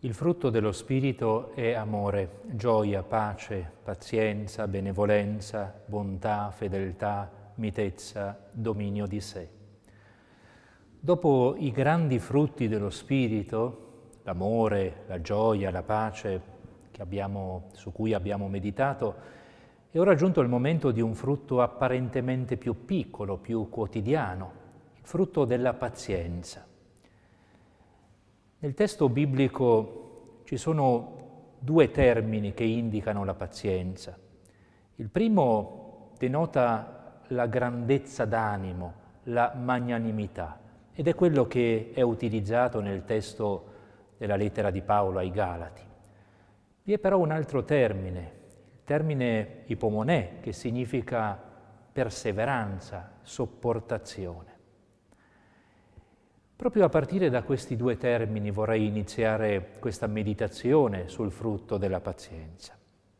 Il frutto dello Spirito è amore, gioia, pace, pazienza, benevolenza, bontà, fedeltà, mitezza, dominio di sé. Dopo i grandi frutti dello Spirito, l'amore, la gioia, la pace su cui abbiamo meditato, è ora giunto il momento di un frutto apparentemente più piccolo, più quotidiano, il frutto della pazienza. Nel testo biblico ci sono due termini che indicano la pazienza. Il primo denota la grandezza d'animo, la magnanimità, ed è quello che è utilizzato nel testo della lettera di Paolo ai Galati. Vi è però un altro termine, il termine ipomonè, che significa perseveranza, sopportazione. Proprio a partire da questi due termini vorrei iniziare questa meditazione sul frutto della pazienza.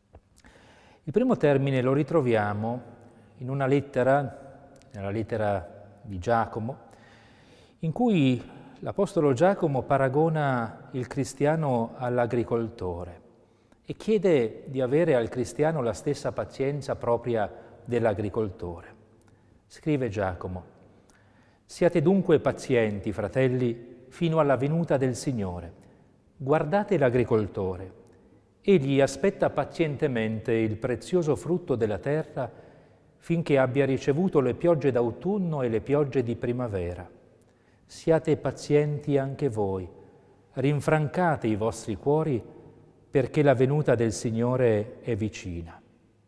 Il primo termine lo ritroviamo in una lettera, nella lettera di Giacomo, in cui l'Apostolo Giacomo paragona il cristiano all'agricoltore e chiede di avere al cristiano la stessa pazienza propria dell'agricoltore. Scrive Giacomo: «Siate dunque pazienti, fratelli, fino alla venuta del Signore. Guardate l'agricoltore. Egli aspetta pazientemente il prezioso frutto della terra finché abbia ricevuto le piogge d'autunno e le piogge di primavera. Siate pazienti anche voi, rinfrancate i vostri cuori perché la venuta del Signore è vicina.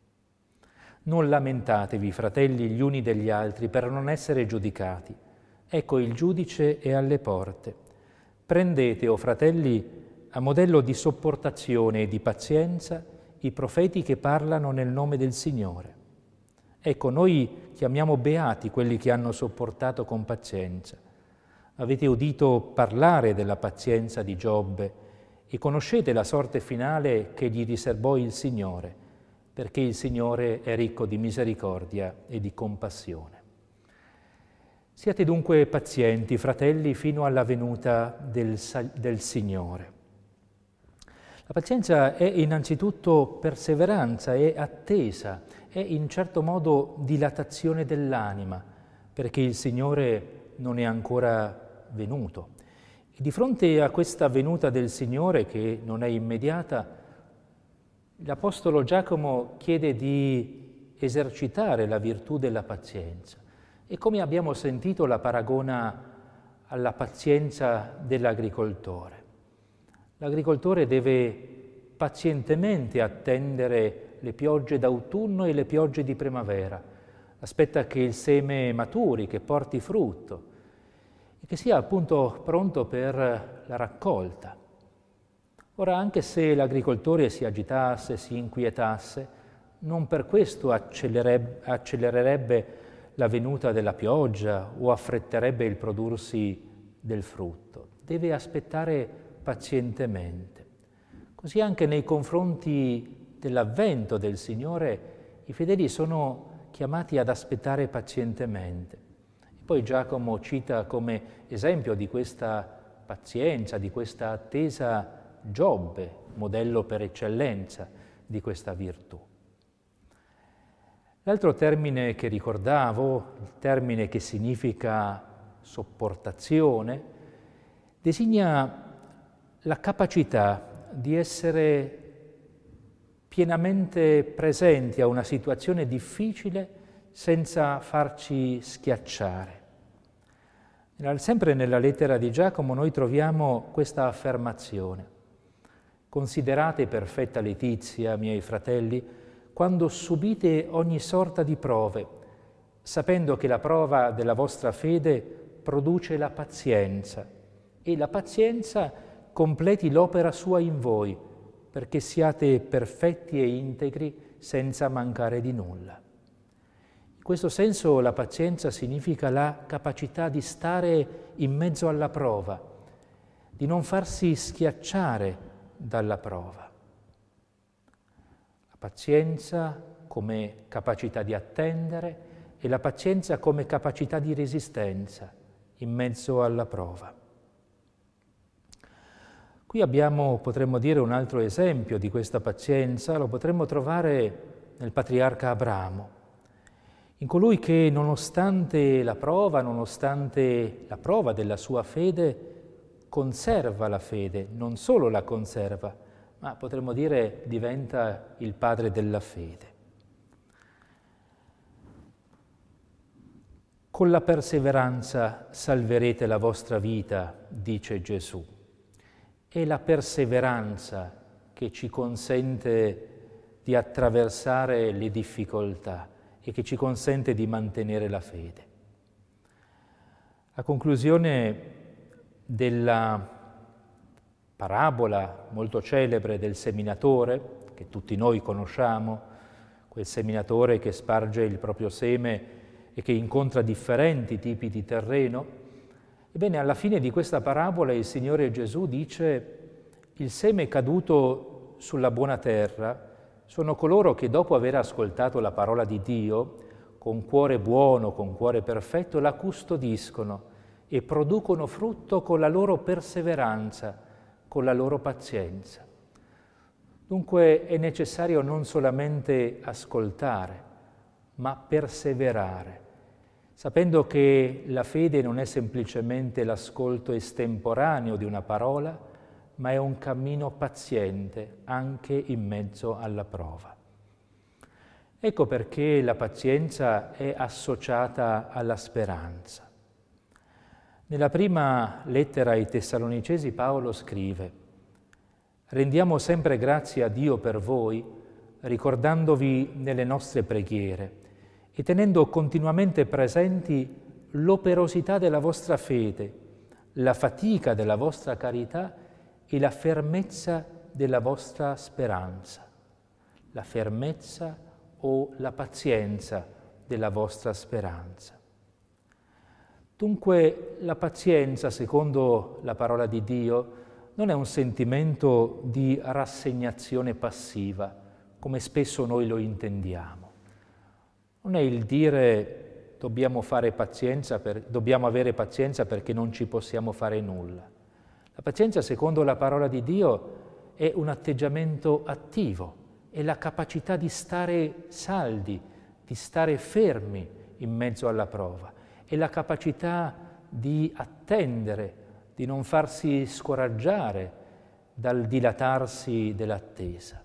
Non lamentatevi, fratelli, gli uni degli altri per non essere giudicati. Ecco, il giudice è alle porte. Prendete, o fratelli, a modello di sopportazione e di pazienza i profeti che parlano nel nome del Signore. Ecco, noi chiamiamo beati quelli che hanno sopportato con pazienza. Avete udito parlare della pazienza di Giobbe e conoscete la sorte finale che gli riservò il Signore, perché il Signore è ricco di misericordia e di compassione. Siate dunque pazienti, fratelli, fino alla venuta del Signore. La pazienza è innanzitutto perseveranza, è attesa, è in certo modo dilatazione dell'anima, perché il Signore non è ancora venuto. E di fronte a questa venuta del Signore, che non è immediata, l'Apostolo Giacomo chiede di esercitare la virtù della pazienza. E come abbiamo sentito, la paragona alla pazienza dell'agricoltore. L'agricoltore deve pazientemente attendere le piogge d'autunno e le piogge di primavera. Aspetta che il seme maturi, che porti frutto e che sia appunto pronto per la raccolta. Ora, anche se l'agricoltore si agitasse, si inquietasse, non per questo accelererebbe la venuta della pioggia o affretterebbe il prodursi del frutto. Deve aspettare pazientemente. Così anche nei confronti dell'avvento del Signore i fedeli sono chiamati ad aspettare pazientemente. E poi Giacomo cita come esempio di questa pazienza, di questa attesa, Giobbe, modello per eccellenza di questa virtù. L'altro termine che ricordavo, il termine che significa sopportazione, designa la capacità di essere pienamente presenti a una situazione difficile senza farci schiacciare. Sempre nella lettera di Giacomo noi troviamo questa affermazione: «Considerate perfetta letizia, miei fratelli, quando subite ogni sorta di prove, sapendo che la prova della vostra fede produce la pazienza, e la pazienza completi l'opera sua in voi, perché siate perfetti e integri senza mancare di nulla». In questo senso la pazienza significa la capacità di stare in mezzo alla prova, di non farsi schiacciare dalla prova. La pazienza come capacità di attendere e la pazienza come capacità di resistenza in mezzo alla prova. Qui abbiamo, potremmo dire, un altro esempio di questa pazienza, lo potremmo trovare nel patriarca Abramo, in colui che nonostante la prova della sua fede, conserva la fede, non solo la conserva, ma potremmo dire diventa il padre della fede. Con la perseveranza salverete la vostra vita, dice Gesù. È la perseveranza che ci consente di attraversare le difficoltà e che ci consente di mantenere la fede. A conclusione della parabola molto celebre del seminatore, che tutti noi conosciamo, quel seminatore che sparge il proprio seme e che incontra differenti tipi di terreno, ebbene alla fine di questa parabola il Signore Gesù dice: il seme caduto sulla buona terra sono coloro che dopo aver ascoltato la parola di Dio, con cuore buono, con cuore perfetto, la custodiscono e producono frutto con la loro perseveranza, con la loro pazienza. Dunque è necessario non solamente ascoltare, ma perseverare, sapendo che la fede non è semplicemente l'ascolto estemporaneo di una parola, ma è un cammino paziente anche in mezzo alla prova. Ecco perché la pazienza è associata alla speranza. Nella prima lettera ai Tessalonicesi Paolo scrive: rendiamo sempre grazie a Dio per voi, ricordandovi nelle nostre preghiere e tenendo continuamente presenti l'operosità della vostra fede, la fatica della vostra carità e la fermezza della vostra speranza. La fermezza o la pazienza della vostra speranza. Dunque la pazienza, secondo la parola di Dio, non è un sentimento di rassegnazione passiva, come spesso noi lo intendiamo. Non è il dire dobbiamo avere pazienza perché non ci possiamo fare nulla. La pazienza, secondo la parola di Dio, è un atteggiamento attivo, è la capacità di stare saldi, di stare fermi in mezzo alla prova, è la capacità di attendere, di non farsi scoraggiare dal dilatarsi dell'attesa.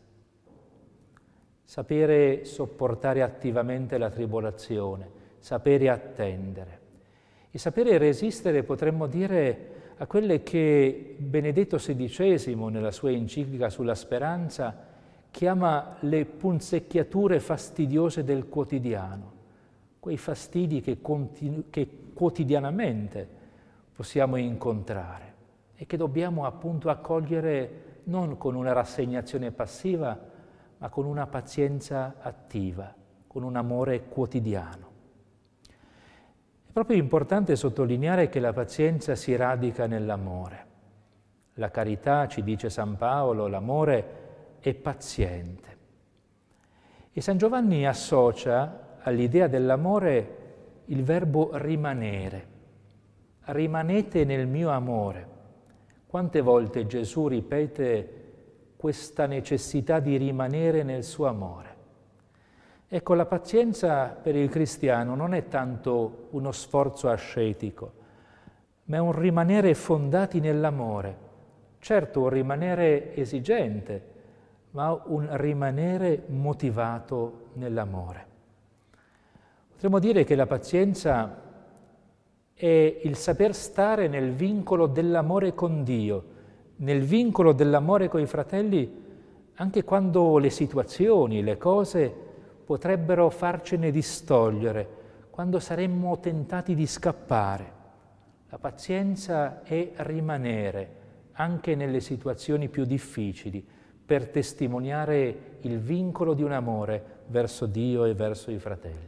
Sapere sopportare attivamente la tribolazione, sapere attendere e sapere resistere, potremmo dire, a quelle che Benedetto XVI, nella sua enciclica sulla speranza, chiama le punzecchiature fastidiose del quotidiano, quei fastidi che quotidianamente possiamo incontrare e che dobbiamo appunto accogliere non con una rassegnazione passiva, ma con una pazienza attiva, con un amore quotidiano. È proprio importante sottolineare che la pazienza si radica nell'amore. La carità, ci dice San Paolo, l'amore è paziente. E San Giovanni associa all'idea dell'amore il verbo rimanere. Rimanete nel mio amore. Quante volte Gesù ripete questa necessità di rimanere nel suo amore? Ecco, la pazienza per il cristiano non è tanto uno sforzo ascetico, ma è un rimanere fondati nell'amore. Certo, un rimanere esigente, ma un rimanere motivato nell'amore. Potremmo dire che la pazienza è il saper stare nel vincolo dell'amore con Dio, nel vincolo dell'amore con i fratelli, anche quando le situazioni, le cose potrebbero farcene distogliere, quando saremmo tentati di scappare. La pazienza è rimanere anche nelle situazioni più difficili, per testimoniare il vincolo di un amore verso Dio e verso i fratelli.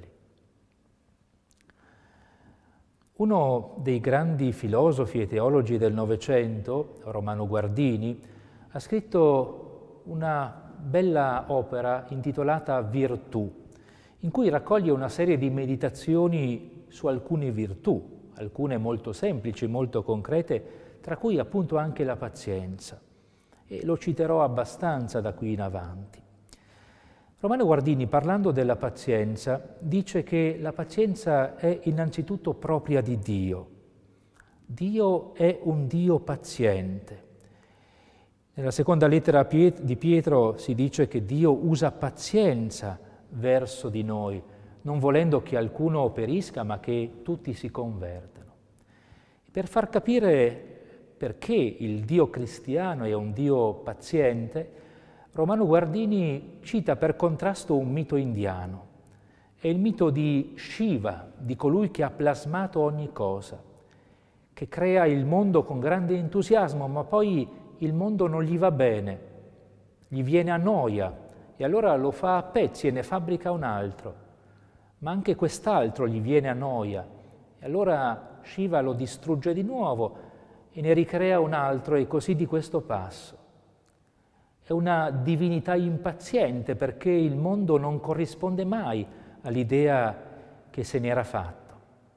Uno dei grandi filosofi e teologi del Novecento, Romano Guardini, ha scritto una bella opera intitolata Virtù, in cui raccoglie una serie di meditazioni su alcune virtù, alcune molto semplici, molto concrete, tra cui appunto anche la pazienza. e lo citerò abbastanza da qui in avanti. Romano Guardini, parlando della pazienza, dice che la pazienza è innanzitutto propria di Dio. Dio è un Dio paziente. Nella seconda lettera di Pietro si dice che Dio usa pazienza verso di noi, non volendo che alcuno perisca, ma che tutti si convertano. Per far capire perché il Dio cristiano è un Dio paziente, Romano Guardini cita per contrasto un mito indiano. È il mito di Shiva, di colui che ha plasmato ogni cosa, che crea il mondo con grande entusiasmo, ma poi il mondo non gli va bene, gli viene a noia e allora lo fa a pezzi e ne fabbrica un altro. Ma anche quest'altro gli viene a noia e allora Shiva lo distrugge di nuovo e ne ricrea un altro e così di questo passo. È una divinità impaziente perché il mondo non corrisponde mai all'idea che se n'era fatto.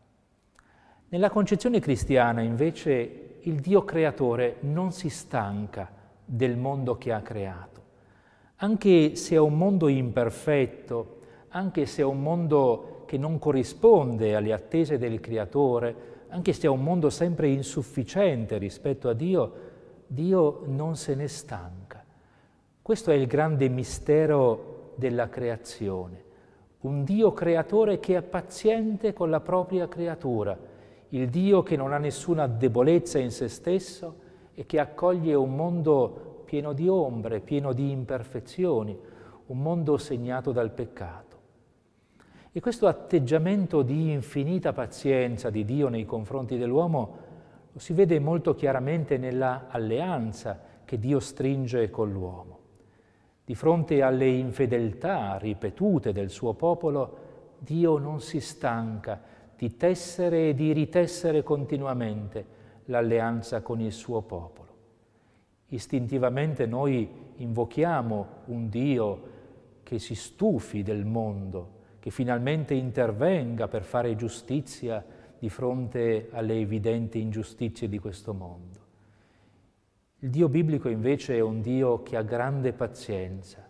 Nella concezione cristiana, invece, il Dio creatore non si stanca del mondo che ha creato. Anche se è un mondo imperfetto, anche se è un mondo che non corrisponde alle attese del creatore, anche se è un mondo sempre insufficiente rispetto a Dio, Dio non se ne stanca. Questo è il grande mistero della creazione. Un Dio creatore che è paziente con la propria creatura, il Dio che non ha nessuna debolezza in se stesso e che accoglie un mondo pieno di ombre, pieno di imperfezioni, un mondo segnato dal peccato. E questo atteggiamento di infinita pazienza di Dio nei confronti dell'uomo lo si vede molto chiaramente nella alleanza che Dio stringe con l'uomo. Di fronte alle infedeltà ripetute del suo popolo, Dio non si stanca di tessere e di ritessere continuamente l'alleanza con il suo popolo. Istintivamente noi invochiamo un Dio che si stufi del mondo, che finalmente intervenga per fare giustizia di fronte alle evidenti ingiustizie di questo mondo. Il Dio biblico invece è un Dio che ha grande pazienza.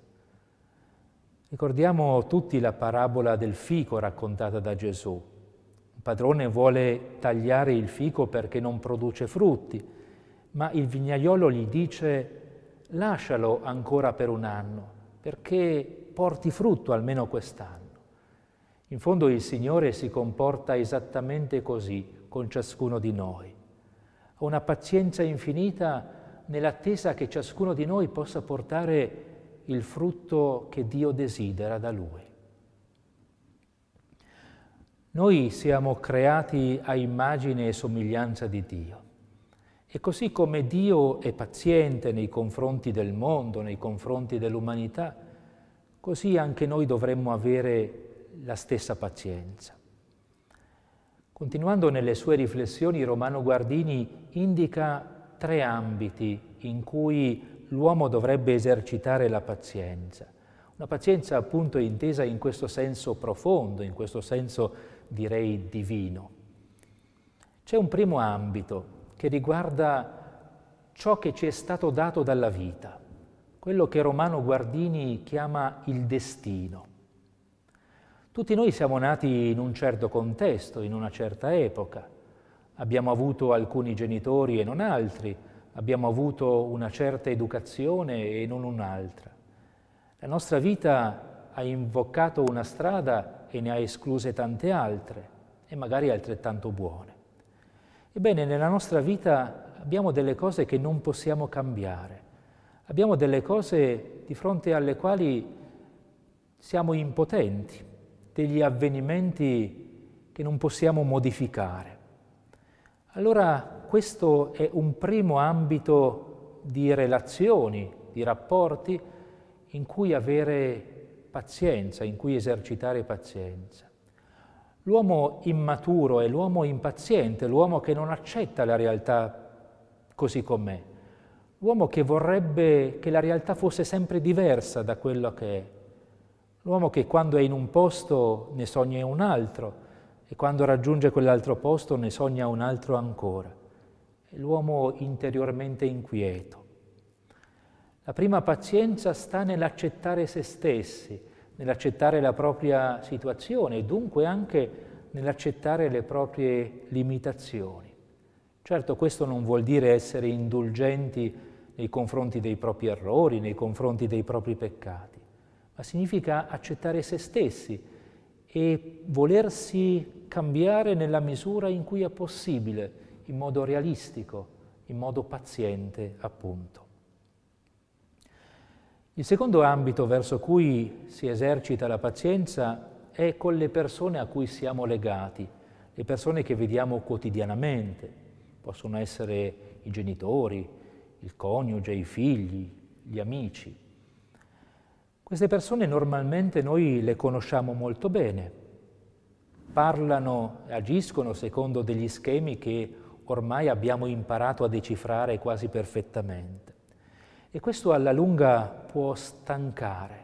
Ricordiamo tutti la parabola del fico raccontata da Gesù. Un padrone vuole tagliare il fico perché non produce frutti, ma il vignaiolo gli dice: lascialo ancora per un anno, perché porti frutto almeno quest'anno. In fondo il Signore si comporta esattamente così con ciascuno di noi. Ha una pazienza infinita nell'attesa che ciascuno di noi possa portare il frutto che Dio desidera da Lui. Noi siamo creati a immagine e somiglianza di Dio. E così come Dio è paziente nei confronti del mondo, nei confronti dell'umanità, così anche noi dovremmo avere la stessa pazienza. Continuando nelle sue riflessioni, Romano Guardini indica 3 ambiti in cui l'uomo dovrebbe esercitare la pazienza. Una pazienza appunto intesa in questo senso profondo, in questo senso direi divino. C'è un primo ambito che riguarda ciò che ci è stato dato dalla vita, quello che Romano Guardini chiama il destino. Tutti noi siamo nati in un certo contesto, in una certa epoca. Abbiamo avuto alcuni genitori e non altri, abbiamo avuto una certa educazione e non un'altra. La nostra vita ha invoccato una strada e ne ha escluse tante altre, e magari altrettanto buone. Ebbene, nella nostra vita abbiamo delle cose che non possiamo cambiare, abbiamo delle cose di fronte alle quali siamo impotenti, degli avvenimenti che non possiamo modificare. Allora questo è un primo ambito di relazioni, di rapporti in cui avere pazienza, in cui esercitare pazienza. L'uomo immaturo è l'uomo impaziente, l'uomo che non accetta la realtà così com'è, l'uomo che vorrebbe che la realtà fosse sempre diversa da quello che è, l'uomo che quando è in un posto ne sogna un altro, e quando raggiunge quell'altro posto ne sogna un altro ancora. È l'uomo interiormente inquieto. La prima pazienza sta nell'accettare se stessi, nell'accettare la propria situazione e dunque anche nell'accettare le proprie limitazioni. Certo, questo non vuol dire essere indulgenti nei confronti dei propri errori, nei confronti dei propri peccati, ma significa accettare se stessi e volersi cambiare nella misura in cui è possibile, in modo realistico, in modo paziente, appunto. Il secondo ambito verso cui si esercita la pazienza è con le persone a cui siamo legati, le persone che vediamo quotidianamente. Possono essere i genitori, il coniuge, i figli, gli amici. Queste persone normalmente noi le conosciamo molto bene, parlano e agiscono secondo degli schemi che ormai abbiamo imparato a decifrare quasi perfettamente. E questo alla lunga può stancare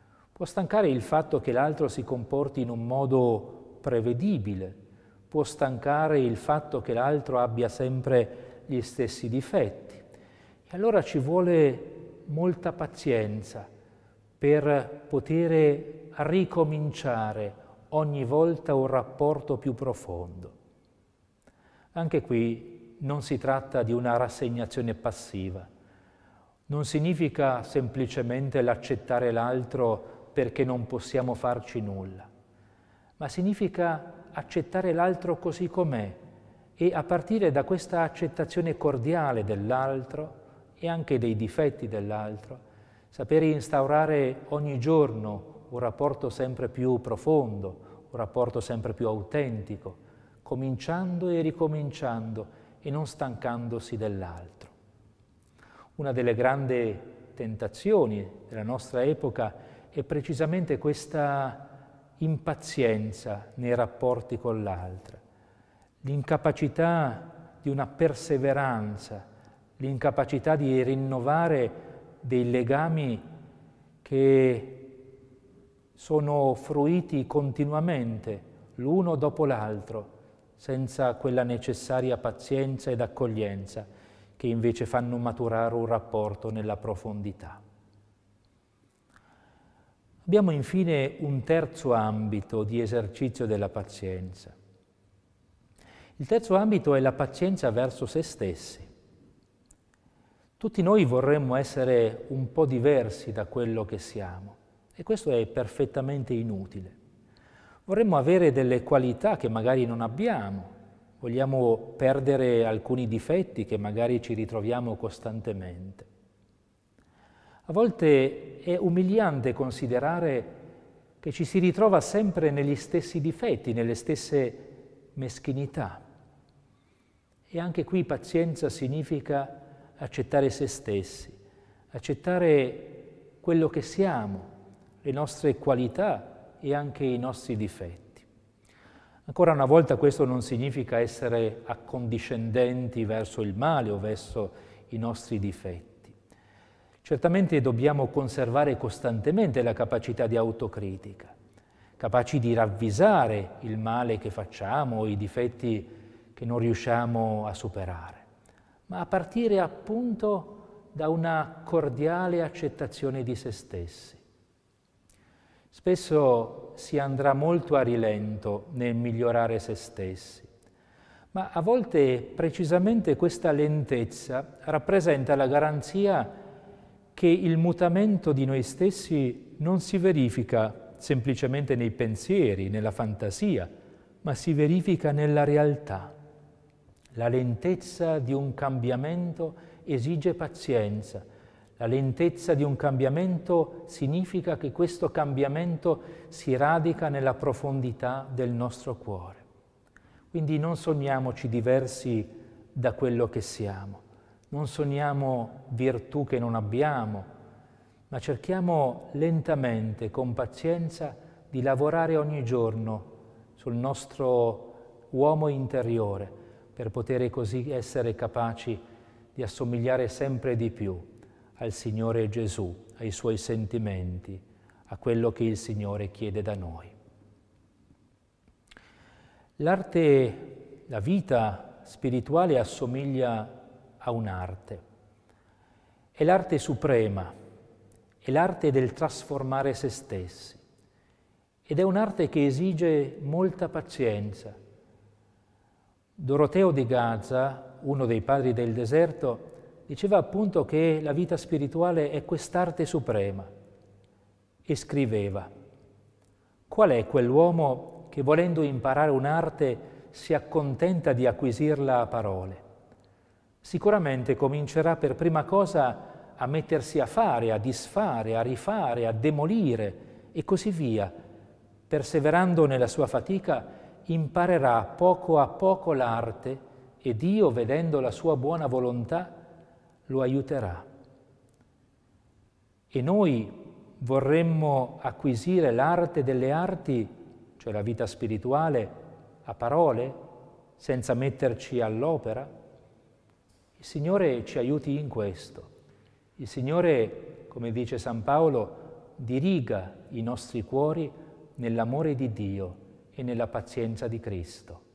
il fatto che l'altro si comporti in un modo prevedibile, può stancare il fatto che l'altro abbia sempre gli stessi difetti. E allora ci vuole molta pazienza per poter ricominciare ogni volta un rapporto più profondo. Anche qui non si tratta di una rassegnazione passiva. Non significa semplicemente l'accettare l'altro perché non possiamo farci nulla, ma significa accettare l'altro così com'è e a partire da questa accettazione cordiale dell'altro e anche dei difetti dell'altro, sapere instaurare ogni giorno un rapporto sempre più profondo, un rapporto sempre più autentico, cominciando e ricominciando e non stancandosi dell'altro. Una delle grandi tentazioni della nostra epoca è precisamente questa impazienza nei rapporti con l'altra, l'incapacità di una perseveranza, l'incapacità di rinnovare dei legami che sono fruiti continuamente l'uno dopo l'altro, senza quella necessaria pazienza ed accoglienza che invece fanno maturare un rapporto nella profondità. Abbiamo infine un terzo ambito di esercizio della pazienza. Il terzo ambito è la pazienza verso se stessi. Tutti noi vorremmo essere un po' diversi da quello che siamo e questo è perfettamente inutile. Vorremmo avere delle qualità che magari non abbiamo, vogliamo perdere alcuni difetti che magari ci ritroviamo costantemente. A volte è umiliante considerare che ci si ritrova sempre negli stessi difetti, nelle stesse meschinità. E anche qui pazienza significa accettare se stessi, accettare quello che siamo, le nostre qualità e anche i nostri difetti. Ancora una volta questo non significa essere accondiscendenti verso il male o verso i nostri difetti. Certamente dobbiamo conservare costantemente la capacità di autocritica, capaci di ravvisare il male che facciamo o i difetti che non riusciamo a superare, ma a partire appunto da una cordiale accettazione di se stessi. Spesso si andrà molto a rilento nel migliorare se stessi, ma a volte precisamente questa lentezza rappresenta la garanzia che il mutamento di noi stessi non si verifica semplicemente nei pensieri, nella fantasia, ma si verifica nella realtà. La lentezza di un cambiamento esige pazienza. La lentezza di un cambiamento significa che questo cambiamento si radica nella profondità del nostro cuore. Quindi non sogniamoci diversi da quello che siamo, non sogniamo virtù che non abbiamo, ma cerchiamo lentamente, con pazienza, di lavorare ogni giorno sul nostro uomo interiore per poter così essere capaci di assomigliare sempre di più al Signore Gesù, ai Suoi sentimenti, a quello che il Signore chiede da noi. L'arte, la vita spirituale assomiglia a un'arte. è l'arte suprema, è l'arte del trasformare se stessi ed è un'arte che esige molta pazienza. Doroteo di Gaza, uno dei padri del deserto, diceva appunto che la vita spirituale è quest'arte suprema e scriveva: qual è quell'uomo che volendo imparare un'arte si accontenta di acquisirla a parole? Sicuramente comincerà per prima cosa a mettersi a fare, a disfare, a rifare, a demolire e così via. Perseverando nella sua fatica imparerà poco a poco l'arte e Dio, vedendo la sua buona volontà, lo aiuterà. E noi vorremmo acquisire l'arte delle arti, cioè la vita spirituale, a parole, senza metterci all'opera? Il Signore ci aiuti in questo. Il Signore, come dice San Paolo, diriga i nostri cuori nell'amore di Dio e nella pazienza di Cristo.